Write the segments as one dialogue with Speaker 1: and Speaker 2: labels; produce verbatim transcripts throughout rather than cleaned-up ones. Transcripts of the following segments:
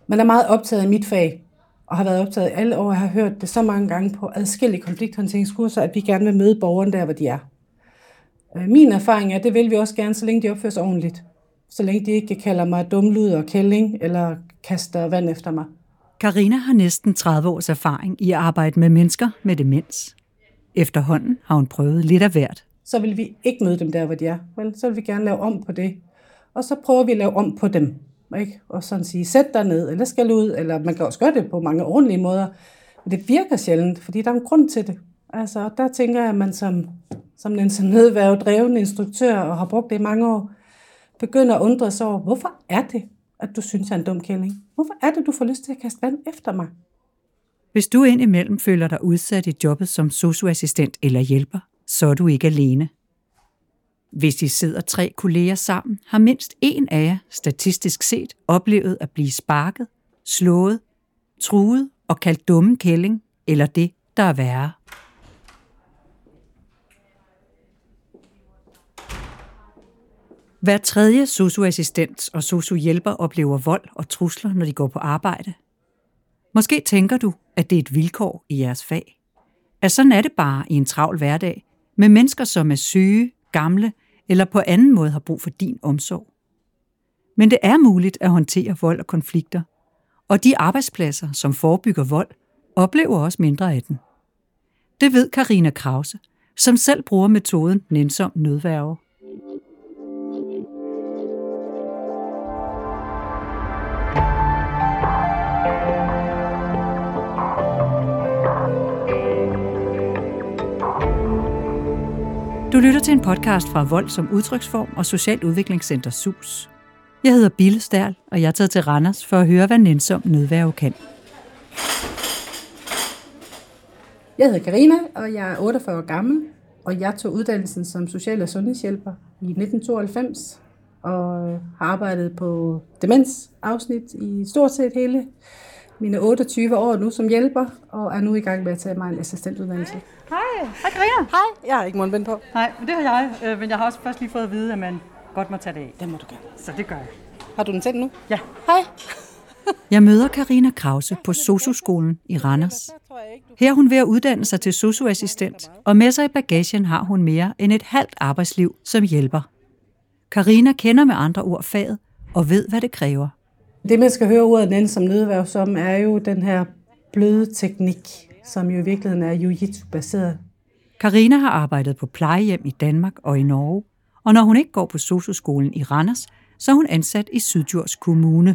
Speaker 1: Man er meget optaget af mit fag, og har været optaget alle år. Jeg har hørt det så mange gange på adskillige konflikthåndteringskurser, at vi gerne vil møde borgerne der, hvor de er. Min erfaring er, at det vil vi også gerne, så længe de opfører sig ordentligt. Så længe de ikke kalder mig dumlud og kælling, eller kaster vand efter mig.
Speaker 2: Karina har næsten tredive års erfaring i at arbejde med mennesker med demens. Efterhånden har hun prøvet lidt af hvert.
Speaker 1: Så vil vi ikke møde dem der, hvor de er. Men så vil vi gerne lave om på det. Og så prøver vi at lave om på dem. Ikke? Og sådan sige, sæt dig ned, eller skal ud, eller man kan også gøre det på mange ordentlige måder. Men det virker sjældent, fordi der er en grund til det. Altså, der tænker jeg, at man som, som en nødværvedrevende instruktør, og har brugt det i mange år, begynder at undre sig over, hvorfor er det, at du synes, jeg er en dum kælling? Hvorfor er det, du får lyst til at kaste vand efter mig?
Speaker 2: Hvis du indimellem føler dig udsat i jobbet som sosu-assistent eller hjælper, så er du ikke alene. Hvis I sidder tre kolleger sammen, har mindst en af jer statistisk set oplevet at blive sparket, slået, truet og kaldt dumme kælling, eller det, der er værre. Hver tredje sosu-assistent og sosu-hjælper oplever vold og trusler, når de går på arbejde. Måske tænker du, at det er et vilkår i jeres fag. At sådan er det bare i en travl hverdag, med mennesker, som er syge, gamle eller på anden måde har brug for din omsorg. Men det er muligt at håndtere vold og konflikter, og de arbejdspladser, som forebygger vold, oplever også mindre af den. Det ved Karina Krause, som selv bruger metoden nænsom nødværge. Du lytter til en podcast fra Vold som udtryksform og Socialt Udviklingscenter S U S. Jeg hedder Bille Stærl, og jeg er taget til Randers for at høre, hvad nænsom nødværge kan.
Speaker 1: Jeg hedder Karina, og jeg er otteogfyrre år gammel, og jeg tog uddannelsen som social- og sundhedshjælper i nitten tooghalvfems, og har arbejdet på demensafsnit i stort set hele mine otteogtyve år nu som hjælper, og er nu i gang med at tage mig en assistentuddannelse.
Speaker 3: Hej, hej Karina.
Speaker 1: Hej, jeg har ikke mundbind på.
Speaker 3: Nej, det har jeg, men jeg har også først lige fået at vide, at man godt må tage det af.
Speaker 1: Det må du gerne.
Speaker 3: Så det gør jeg.
Speaker 1: Har du den tændt nu?
Speaker 3: Ja.
Speaker 1: Hej.
Speaker 2: Jeg møder Karina Krause på sosu-skolen i Randers. Her er hun ved at uddanne sig til sosu-assistent, og med sig i bagagen har hun mere end et halvt arbejdsliv som hjælper. Karina kender med andre ord faget og ved, hvad det kræver.
Speaker 1: Det, man skal høre ordet nænsom nødværge som, er jo den her bløde teknik, som jo i virkeligheden er jiu-jitsu-baseret.
Speaker 2: Karina har arbejdet på plejehjem i Danmark og i Norge, og når hun ikke går på sosu-skolen i Randers, så er hun ansat i Syddjurs Kommune.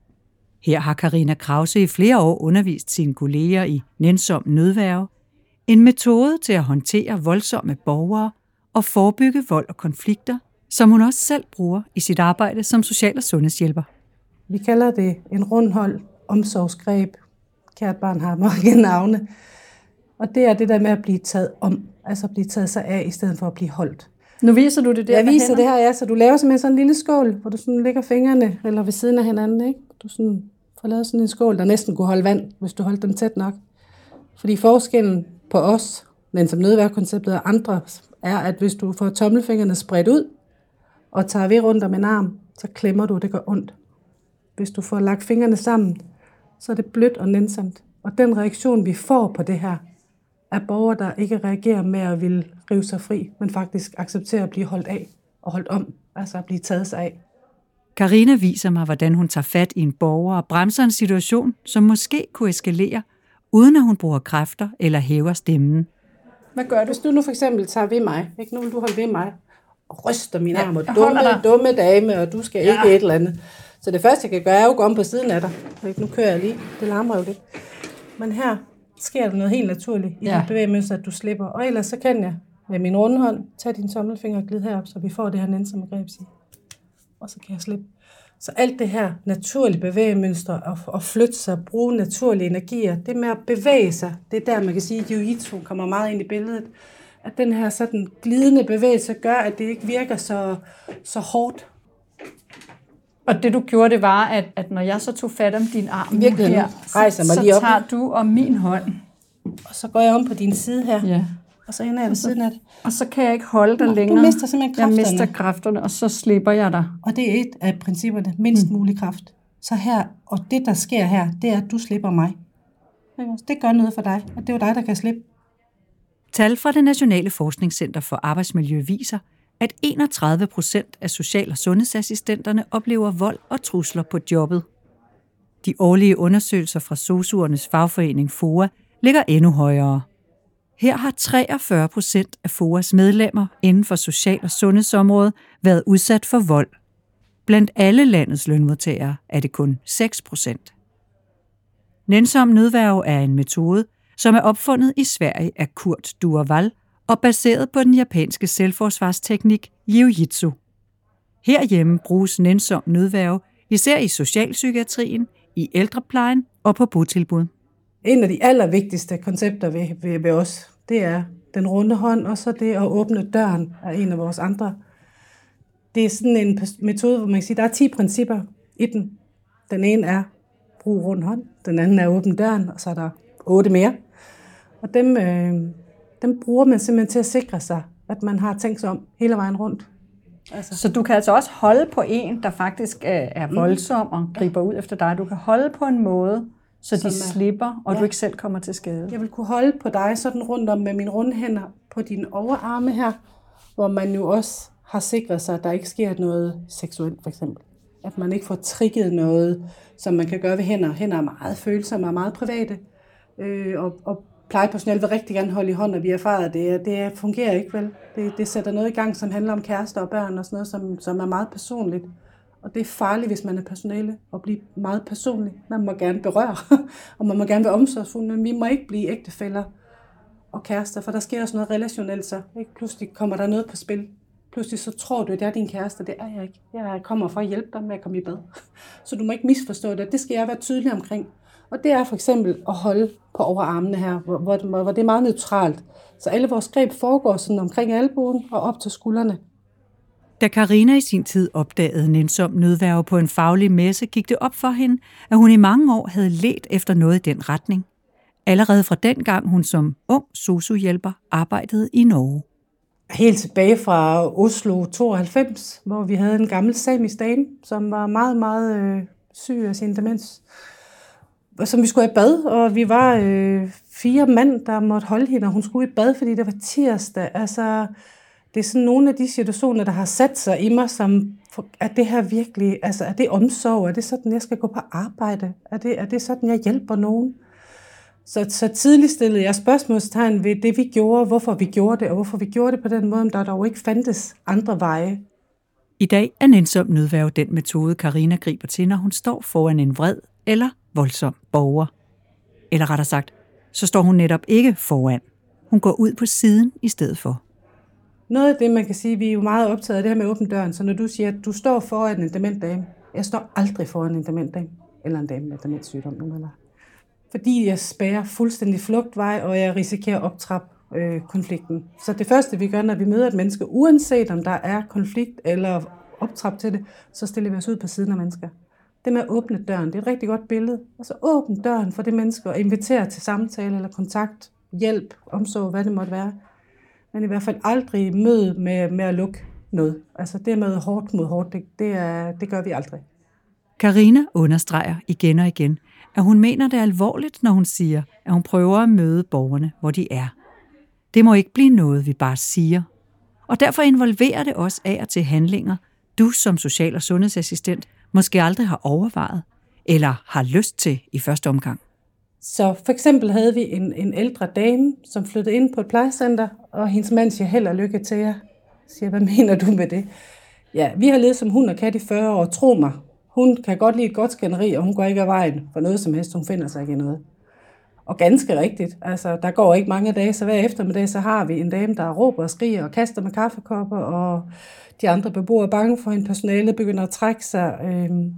Speaker 2: Her har Karina Krause i flere år undervist sine kolleger i nænsom nødværge, en metode til at håndtere voldsomme borgere og forebygge vold og konflikter, som hun også selv bruger i sit arbejde som social- og sundhedshjælper.
Speaker 1: Vi kalder det en rundhold omsorgsgreb. Kært barn har mange navne. Og det er det der med at blive taget om, altså at blive taget sig af, i stedet for at blive holdt.
Speaker 3: Nu viser du det der.
Speaker 1: Jeg viser det her, ja, så du laver simpelthen sådan en lille skål, hvor du sådan lægger fingrene eller ved siden af hinanden, ikke? Du sådan får lavet sådan en skål, der næsten kunne holde vand, hvis du holdt den tæt nok. Fordi forskellen på os, men som nødværkonceptet og andre, er, at hvis du får tommelfingrene spredt ud og tager ved rundt om en arm, så klemmer du, og det gør ondt. Hvis du får lagt fingrene sammen, så er det blødt og nænsomt. Og den reaktion, vi får på det her, er borgere, der ikke reagerer med at ville rive sig fri, men faktisk accepterer at blive holdt af og holdt om, altså at blive taget sig af.
Speaker 2: Karina viser mig, hvordan hun tager fat i en borger og bremser en situation, som måske kunne eskalere, uden at hun bruger kræfter eller hæver stemmen.
Speaker 1: Hvad gør du? Hvis du nu for eksempel tager ved mig, ikke? Nu vil du holde ved mig, og ryster min arm, og
Speaker 3: ja,
Speaker 1: dumme, dumme dame, og du skal ja. ikke et eller andet. Så det første, jeg kan gøre, er jo at gå om på siden af dig. Nu kører jeg lige. Det larmer jo lidt. Men her sker der noget helt naturligt i ja. det bevægemønster, at du slipper. Og ellers så kan jeg med min runde hånd tage din tommelfinger og glide herop, så vi får det her nænsomme greb. Og så kan jeg slippe. Så alt det her naturlige bevægemønster og, og flytte sig, bruge naturlige energier, det med at bevæge sig, det er der, man kan sige, at jiu-jitsu kommer meget ind i billedet. At den her sådan glidende bevægelse gør, at det ikke virker så, så hårdt.
Speaker 3: Og det du gjorde, det var, at, at når jeg så tog fat om din arm
Speaker 1: virkelig,
Speaker 3: her,
Speaker 1: rejser mig
Speaker 3: så,
Speaker 1: lige op.
Speaker 3: så tager du om min hånd.
Speaker 1: Og så går jeg om på din side her.
Speaker 3: Ja.
Speaker 1: Og så ender jeg ved siden af det.
Speaker 3: Og så kan jeg ikke holde dig
Speaker 1: Nå,
Speaker 3: længere.
Speaker 1: Du mister simpelthen kræfterne.
Speaker 3: Jeg mister kræfterne, og så slipper jeg dig.
Speaker 1: Og det er et af principperne. Mindst mulig kraft. Så her, og det der sker her, det er, at du slipper mig. Det gør noget for dig, og det er jo dig, der kan slippe.
Speaker 2: Tal fra det Nationale Forskningscenter for Arbejdsmiljø viser, at enogtredive procent af social- og sundhedsassistenterne oplever vold og trusler på jobbet. De årlige undersøgelser fra sosuernes fagforening FOA ligger endnu højere. Her har treogfyrre procent af FOAs medlemmer inden for social- og sundhedsområdet været udsat for vold. Blandt alle landets lønmodtagere er det kun seks procent. Nænsom nødværge er en metode, som er opfundet i Sverige af Kurt Duervall og baseret på den japanske selvforsvarsteknik Jiu-Jitsu. Herhjemme bruges nænsom nødværge især i socialpsykiatrien, i ældreplejen og på botilbud.
Speaker 1: En af de allervigtigste koncepter ved, ved, ved os, det er den runde hånd, og så det at åbne døren af en af vores andre. Det er sådan en metode, hvor man kan sige, der er ti principper i den. Den ene er brug rund hånd, den anden er åbne døren, og så er der otte mere. Og dem, øh, dem bruger man simpelthen til at sikre sig, at man har tænkt sig om hele vejen rundt.
Speaker 3: Altså. Så du kan altså også holde på en, der faktisk er voldsom og griber ud efter dig. Du kan holde på en måde, så de er, slipper, og ja. Du ikke selv kommer til skade.
Speaker 1: Jeg vil kunne holde på dig sådan rundt om med mine runde hænder på dine overarme her, hvor man jo også har sikret sig, at der ikke sker noget seksuelt for eksempel. At man ikke får trigget noget, som man kan gøre ved hænder. Hænder er meget følsomme og meget private. Øh, og, og plejepersonale vil rigtig gerne holde i hånd, og vi har erfaret, at det, det fungerer ikke vel. Det, det sætter noget i gang, som handler om kærester og børn og sådan noget, som, som er meget personligt. Og det er farligt, hvis man er personale, at blive meget personlig. Man må gerne berøre, og man må gerne være omsorgsfuld, men vi må ikke blive ægtefæller og kærester, for der sker også noget relationelt så. Ikke? Pludselig kommer der noget på spil. Pludselig så tror du, at det er din kæreste. Det er jeg ikke. Jeg kommer for at hjælpe dig med at komme i bad. Så du må ikke misforstå det. Det skal jeg være tydelig omkring. Og det er for eksempel at holde på overarmene her, hvor, hvor, hvor det er meget neutralt. Så alle vores greb foregår sådan omkring albuen og op til skuldrene.
Speaker 2: Da Karina i sin tid opdagede nænsom nødværge på en faglig messe, gik det op for hende, at hun i mange år havde ledt efter noget i den retning. Allerede fra den gang hun som ung sosu-hjælper arbejdede i Norge.
Speaker 1: Helt tilbage fra Oslo tooghalvfems, hvor vi havde en gammel samisk dame, som var meget, meget øh, syg af sin demens. Som vi skulle i bad, og vi var øh, fire mænd, der måtte holde hende, og hun skulle i bad, fordi det var tirsdag. Altså, det er sådan nogle af de situationer, der har sat sig i mig, som er det her virkelig, altså er det omsorg? Er det sådan, jeg skal gå på arbejde? Er det, er det sådan, jeg hjælper nogen? Så, så tidligt stillede jeg spørgsmålstegn ved det, vi gjorde, hvorfor vi gjorde det, og hvorfor vi gjorde det på den måde, der dog ikke fandtes andre veje.
Speaker 2: I dag er nænsom nødværge den metode, Karina griber til, når hun står foran en vred eller voldsom borger. Eller rettere sagt, så står hun netop ikke foran. Hun går ud på siden i stedet for.
Speaker 1: Noget af det, man kan sige, vi er jo meget optaget af det her med åbne døren, så når du siger, at du står foran en dement dame, jeg står aldrig foran en dement dame, eller en dame med demenssygdom, eller fordi jeg spærrer fuldstændig flugtvej, og jeg risikerer at optrappe øh, konflikten. Så det første, vi gør, når vi møder et menneske, uanset om der er konflikt eller optrap til det, så stiller vi os ud på siden af mennesker. Det med at åbne døren, det er et rigtig godt billede. Altså åbne døren for det menneske og invitere til samtale eller kontakt, hjælp, omsorg, hvad det måtte være. Men i hvert fald aldrig møde med, med at lukke noget. Altså det med hårdt mod hårdt, det, det, er, det gør vi aldrig.
Speaker 2: Karina understreger igen og igen, at hun mener det alvorligt, når hun siger, at hun prøver at møde borgerne, hvor de er. Det må ikke blive noget, vi bare siger. Og derfor involverer det også af og til handlinger, du som social- og sundhedsassistent måske aldrig har overvejet eller har lyst til i første omgang.
Speaker 1: Så for eksempel havde vi en, en ældre dame, som flyttede ind på et plejecenter, og hendes mand siger, held og lykke til jer. Jeg siger, hvad mener du med det? Ja, vi har levet som hund og kat i fyrre år, tro mig. Hun kan godt lide et godt skænderi, og hun går ikke af vejen for noget som helst, hun finder sig ikke i noget. Og ganske rigtigt, altså der går ikke mange dage, så hver eftermiddag, så har vi en dame, der råber og skriger og kaster med kaffekopper, og de andre beboere er bange for hende, personalet begynder at trække sig. Øhm.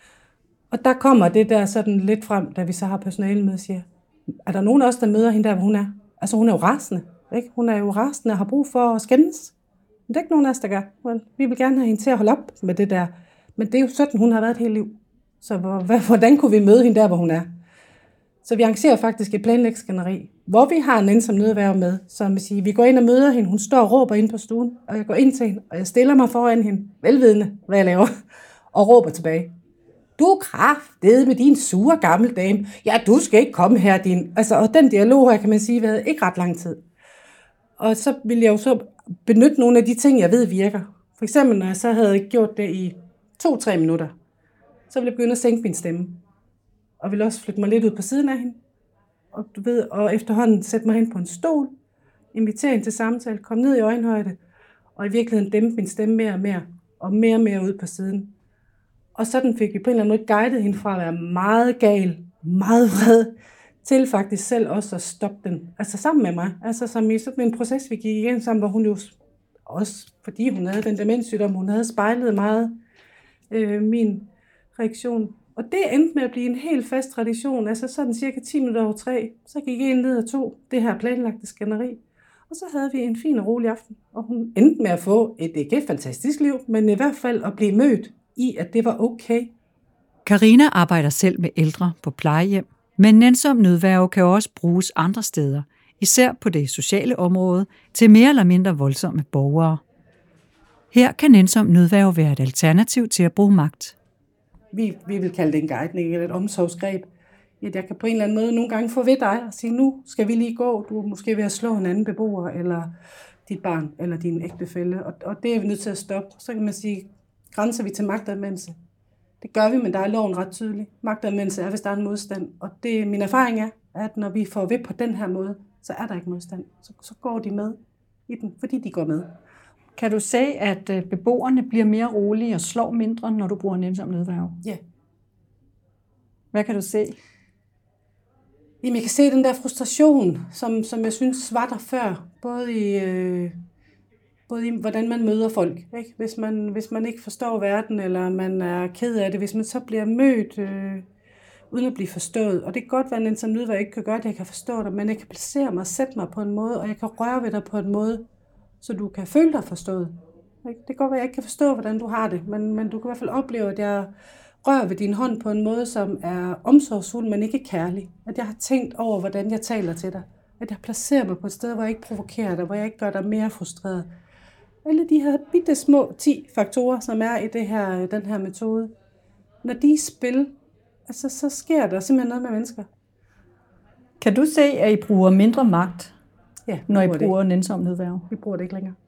Speaker 1: Og der kommer det der sådan lidt frem, da vi så har personalet med og siger, er der nogen af os, der møder hende der, hvor hun er? Altså hun er jo rasende, ikke? Hun er jo rasende og har brug for at skændes. Men det er ikke nogen af os, der gør. Vi vil gerne have hende til at holde op med det der. Men det er jo sådan, hun har været et helt liv. Så hvordan kunne vi møde hende der, hvor hun er? Så vi arrangerer faktisk et planlægningsskænderi, hvor vi har en nænsom nødværge med, som vil sige, vi går ind og møder hende, hun står og råber inde på stuen, og jeg går ind til hende, og jeg stiller mig foran hende, velvidende, hvad jeg laver, og råber tilbage. du er kraftedeme med din sure gamle dame. Ja, du skal ikke komme her, din... Altså, og den dialog her, kan man sige, været ikke ret lang tid. Og så ville jeg jo så benytte nogle af de ting, jeg ved virker. For eksempel, når jeg så havde gjort det i to-tre minutter, så ville jeg begynde at sænke min stemme. Og ville også flytte mig lidt ud på siden af hende. Og, du ved, og efterhånden sætte mig hen på en stol, invitere hende til samtale, komme ned i øjenhøjde, og i virkeligheden dæmpe min stemme mere og mere, og mere og mere ud på siden. Og sådan fik vi på en eller anden måde guidet hende fra at være meget gal, meget vred, til faktisk selv også at stoppe den. Altså sammen med mig. Altså som i sådan en proces, vi gik igen sammen, hvor hun jo også, fordi hun havde den demenssygdom, hun havde spejlet meget øh, min reaktion. Og det endte med at blive en helt fast tradition. Altså sådan cirka ti minutter over tre, så gik jeg ind ned og tog det her planlagte skænderi. Og så havde vi en fin og rolig aften. Og hun endte med at få et ikke fantastisk liv, men i hvert fald at blive mødt i, at det var okay.
Speaker 2: Karina arbejder selv med ældre på plejehjem, men nænsom nødværge kan også bruges andre steder, især på det sociale område, til mere eller mindre voldsomme borgere. Her kan nænsom nødværge være et alternativ til at bruge magt.
Speaker 1: Vi, vi vil kalde det en guidning eller et omsorgsgreb. At jeg kan på en eller anden måde nogle gange få ved dig og sige, nu skal vi lige gå, du er måske ved at slå en anden beboer, eller dit barn, eller din ægtefælle, og, og det er vi nødt til at stoppe. Så kan man sige, grænser vi til magtanvendelse. Det gør vi, men der er loven ret tydelig. Magtanvendelse er, hvis der er en modstand, og det, min erfaring er, at når vi får ved på den her måde, så er der ikke modstand. Så, så går de med i den, fordi de går med.
Speaker 3: Kan du se, at beboerne bliver mere rolige og slår mindre, når du bruger nænsom nødværge?
Speaker 1: Ja.
Speaker 3: Hvad kan du se?
Speaker 1: Jamen, jeg kan se den der frustration, som, som jeg synes var der før. Både i, øh, både i hvordan man møder folk. Ikke? Hvis, man, hvis man ikke forstår verden, eller man er ked af det, hvis man så bliver mødt øh, uden at blive forstået. Og det kan godt være, at nænsom nødværge ikke kan gøre det, jeg kan forstå dig, men jeg kan placere mig og sætte mig på en måde, og jeg kan røre ved dig på en måde, så du kan føle dig forstået. Det kan godt være, at jeg ikke kan forstå, hvordan du har det, men, men du kan i hvert fald opleve, at jeg rører ved din hånd på en måde, som er omsorgsfuld, men ikke kærlig. At jeg har tænkt over, hvordan jeg taler til dig. At jeg placerer mig på et sted, hvor jeg ikke provokerer dig, hvor jeg ikke gør dig mere frustreret. Alle de her bitte små ti faktorer, som er i det her, den her metode. Når de er i spil, altså, så sker der simpelthen noget med mennesker.
Speaker 3: Kan du se, at I bruger mindre magt,
Speaker 1: ja,
Speaker 3: når I bruger nænsom nødværge?
Speaker 1: Vi bruger det ikke længere.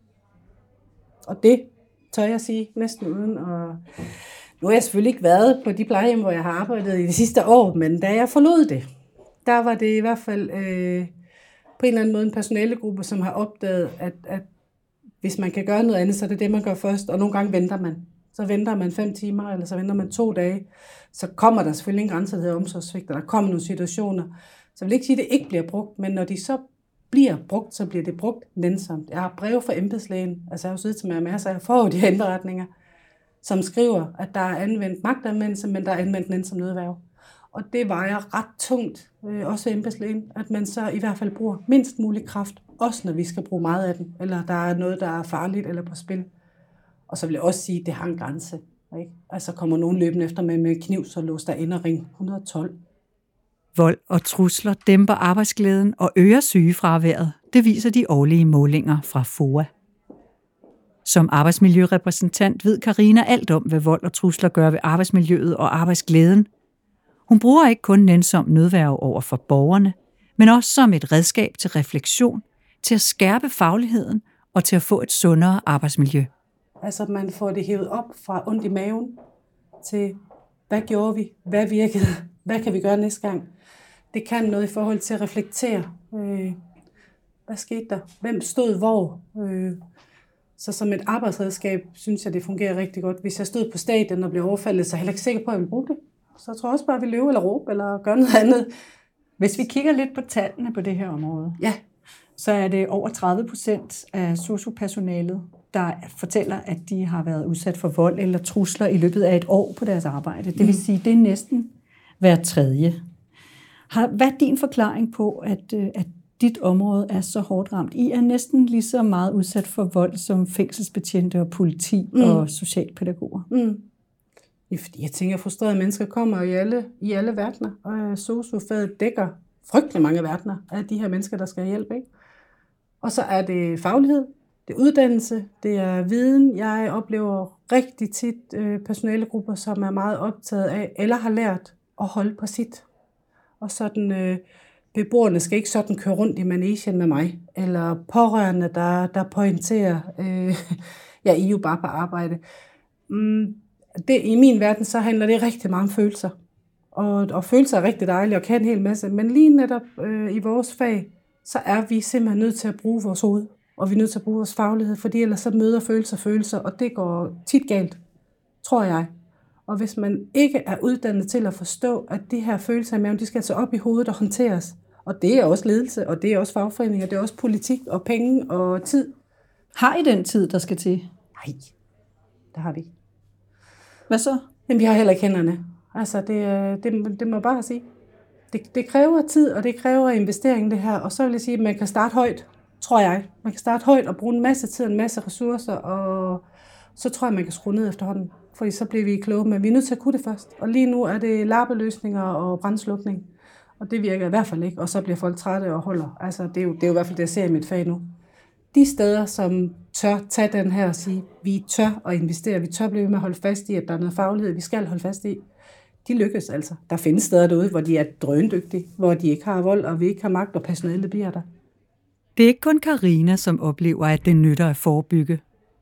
Speaker 1: Og det tør jeg sige næsten uden at... Nu har jeg selvfølgelig ikke været på de plejehjem, hvor jeg har arbejdet i de sidste år, men da jeg forlod det, der var det i hvert fald øh, på en eller anden måde en personalegruppe, som har opdaget, at, at hvis man kan gøre noget andet, så er det det, man gør først, og nogle gange venter man. Så venter man fem timer, eller så venter man to dage. Så kommer der selvfølgelig en grænse, der hedder omsorgssvigt, og der kommer nogle situationer. Så jeg vil ikke sige, at det ikke bliver brugt, men når de så bliver brugt, så bliver det brugt nænsomt. Jeg har breve fra embedslægen, altså jeg har jo siddet til mig med, så jeg får de her indberetninger, som skriver, at der er anvendt magtanvendelse, men der er anvendt nænsom nødværge. Og det vejer ret tungt, øh, også ved embedslægen, at man så i hvert fald bruger mindst mulig kraft, også når vi skal bruge meget af den, eller der er noget, der er farligt eller på spil. Og så vil jeg også sige, at det har en grænse. Ikke? Altså kommer nogen løbende efter med, med kniv, så lås der ind og ring et hundrede og tolv.
Speaker 2: Vold og trusler dæmper arbejdsglæden og øger sygefraværet. Det viser de årlige målinger fra F O A. Som arbejdsmiljørepræsentant ved Karina alt om, hvad vold og trusler gør ved arbejdsmiljøet og arbejdsglæden. Hun bruger ikke kun nænsom nødværge over for borgerne, men også som et redskab til refleksion, til at skærpe fagligheden og til at få et sundere arbejdsmiljø.
Speaker 1: Altså man får det hævet op fra ondt i maven til, hvad gjorde vi, hvad virkede, hvad kan vi gøre næste gang. Det kan noget i forhold til at reflektere. Øh, hvad skete der? Hvem stod hvor? Øh, Så som et arbejdsredskab, synes jeg, det fungerer rigtig godt. Hvis jeg stod på stadion og blev overfaldet, så er jeg heller ikke sikker på, at jeg vil bruge det. Så jeg tror også bare, at vi løber eller råbe eller gøre noget andet.
Speaker 3: Hvis vi kigger lidt på tallene på det her område,
Speaker 1: ja.
Speaker 3: så er det over tredive procent af sosu-personalet, der fortæller, at de har været udsat for vold eller trusler i løbet af et år på deres arbejde. Det vil sige, at det er næsten hver tredje. Hvad er din forklaring på, at, at dit område er så hårdt ramt? I er næsten lige så meget udsat for vold som fængselsbetjente og politi mm. og socialpædagoger.
Speaker 1: Mm. Fordi jeg tænker, at frustrerede mennesker kommer i alle, i alle verdener, og sosu-faget dækker frygtelig mange verdener af de her mennesker, der skal have hjælp. Ikke? Og så er det faglighed, det er uddannelse, det er viden. Jeg oplever rigtig tit øh, personalegrupper, som er meget optaget af, eller har lært at holde på sit. Og sådan, øh, beboerne skal ikke sådan køre rundt i manesien med mig, eller pårørende, der, der pointerer, øh, ja, I er jo bare på arbejde. Mm, det, I min verden, så handler det rigtig meget om følelser. Og, og følelser er rigtig dejlige og kan en hel masse, men lige netop øh, i vores fag, så er vi simpelthen nødt til at bruge vores hoved, og vi er nødt til at bruge vores faglighed, fordi ellers så møder følelser følelser, og det går tit galt, tror jeg. Og hvis man ikke er uddannet til at forstå, at de her følelser i maven, de skal altså op i hovedet og håndteres, og det er også ledelse, og det er også fagforeninger, det er også politik og penge og tid.
Speaker 3: Har I den tid, der skal til?
Speaker 1: Nej, det har vi ikke.
Speaker 3: Hvad så?
Speaker 1: Men vi har heller ikke hænderne. Altså, det, det, det må jeg bare sige. Det, det kræver tid, og det kræver investering, det her. Og så vil jeg sige, at man kan starte højt, tror jeg. Man kan starte højt og bruge en masse tid, en masse ressourcer, og så tror jeg, man kan skrue ned efterhånden. Fordi så bliver vi kloge, men vi er nødt til at kunne det først. Og lige nu er det lappeløsninger og brandslukning. Og det virker i hvert fald ikke, og så bliver folk trætte og holder. Altså, det er jo, det er jo i hvert fald det, jeg ser i mit fag nu. De steder, som tør tage den her og sige, vi tør at investere, vi tør blive med at holde fast i, at der er noget faglighed, vi skal holde fast i, de lykkes altså. Der findes steder derude, hvor de er drøndygtige, hvor de ikke har vold, og vi ikke har magt, og personalet bliver der.
Speaker 2: Det er ikke kun Karina, som oplever, at det nytter at forebygge.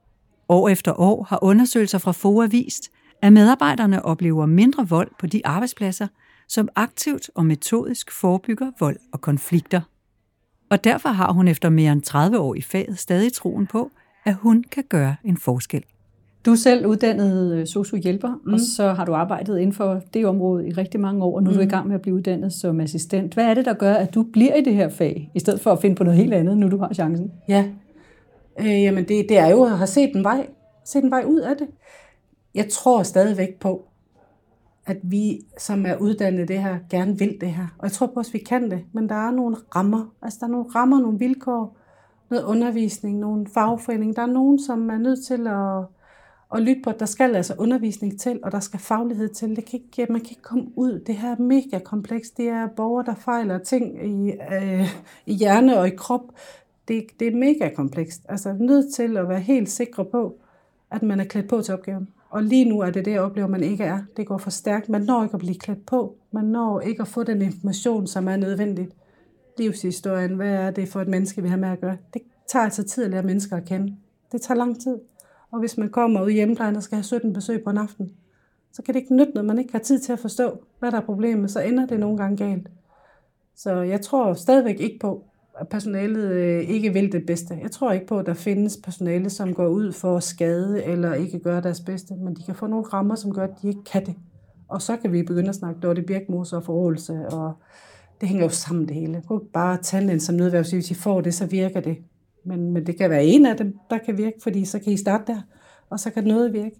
Speaker 2: År efter år har undersøgelser fra F O A vist, at medarbejderne oplever mindre vold på de arbejdspladser, som aktivt og metodisk forebygger vold og konflikter. Og derfor har hun efter mere end tredive år i faget stadig troen på, at hun kan gøre en forskel.
Speaker 3: Du er selv uddannet sosu-hjælper, mm. og så har du arbejdet inden for det område i rigtig mange år, og nu er du i gang med at blive uddannet som assistent. Hvad er det, der gør, at du bliver i det her fag, i stedet for at finde på noget helt andet, nu du har chancen?
Speaker 1: Ja, øh, jamen det, det er jo at have set en vej, set en vej ud af det. Jeg tror stadigvæk på, at vi, som er uddannet det her, gerne vil det her. Og jeg tror på, at vi kan det, men der er nogle rammer. Altså der er nogle rammer, nogle vilkår, noget undervisning, nogle fagforening. Der er nogen, som er nødt til at, at lytte på, at der skal altså undervisning til, og der skal faglighed til. Det kan ikke, man kan ikke komme ud. Det her er mega komplekst. Det er borgere, der fejler ting i, øh, i hjerne og i krop. Det, det er mega komplekst. Altså nødt til at være helt sikre på, at man er klædt på til opgaven. Og lige nu er det det, jeg oplever, man ikke er. Det går for stærkt. Man når ikke at blive klædt på. Man når ikke at få den information, som er nødvendigt. Livshistorien, hvad er det for et menneske, vi har med at gøre? Det tager altså tid at lære mennesker at kende. Det tager lang tid. Og hvis man kommer ud i hjemmeplejen og skal have sytten besøg på en aften, så kan det ikke nytte noget, man ikke har tid til at forstå, hvad der er problemet. Så ender det nogle gange galt. Så jeg tror stadigvæk ikke på, at personalet ikke vil det bedste. Jeg tror ikke på, at der findes personale, som går ud for at skade eller ikke gøre deres bedste, men de kan få nogle rammer, som gør, at de ikke kan det. Og så kan vi begynde at snakke dårlig birkmose og forrådelse, og det hænger jo sammen det hele. Prøv bare at tage den som nødværv, så hvis I får det, så virker det. Men, men det kan være en af dem, der kan virke, fordi så kan I starte der, og så kan noget virke.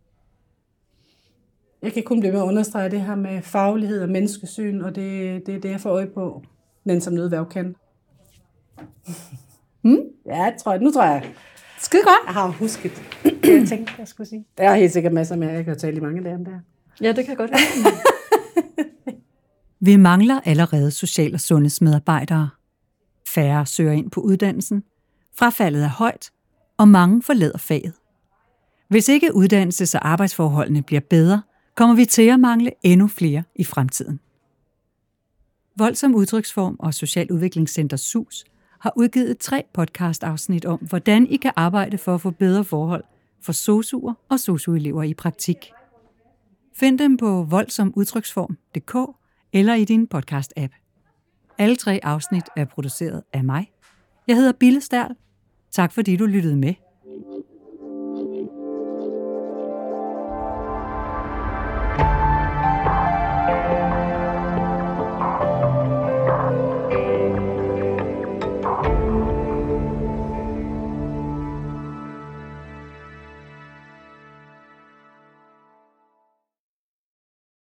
Speaker 1: Jeg kan kun blive med at understrege det her med faglighed og menneskesyn, og det, det er det, jeg får øje på, den som nødværv kan. Hmm? Ja, jeg tror, nu tror jeg.
Speaker 3: Skide godt.
Speaker 1: Jeg har husket, det jeg tænkte, jeg skulle sige. Der er helt sikkert masser mere, jeg kan tale i mange dage om det her.
Speaker 3: Ja, det kan godt være.
Speaker 2: Vi mangler allerede social- og sundhedsmedarbejdere. Færre søger ind på uddannelsen. Frafaldet er højt, og mange forlader faget. Hvis ikke uddannelses- og arbejdsforholdene bliver bedre, kommer vi til at mangle endnu flere i fremtiden. Vold som udtryksform og Social Udviklingscenter S U S har udgivet tre podcast-afsnit om, hvordan I kan arbejde for at få bedre forhold for sosuer og sosu-elever i praktik. Find dem på voldsamudtryksform punktum d k eller i din podcast-app. Alle tre afsnit er produceret af mig. Jeg hedder Bille Stærl. Tak fordi du lyttede med.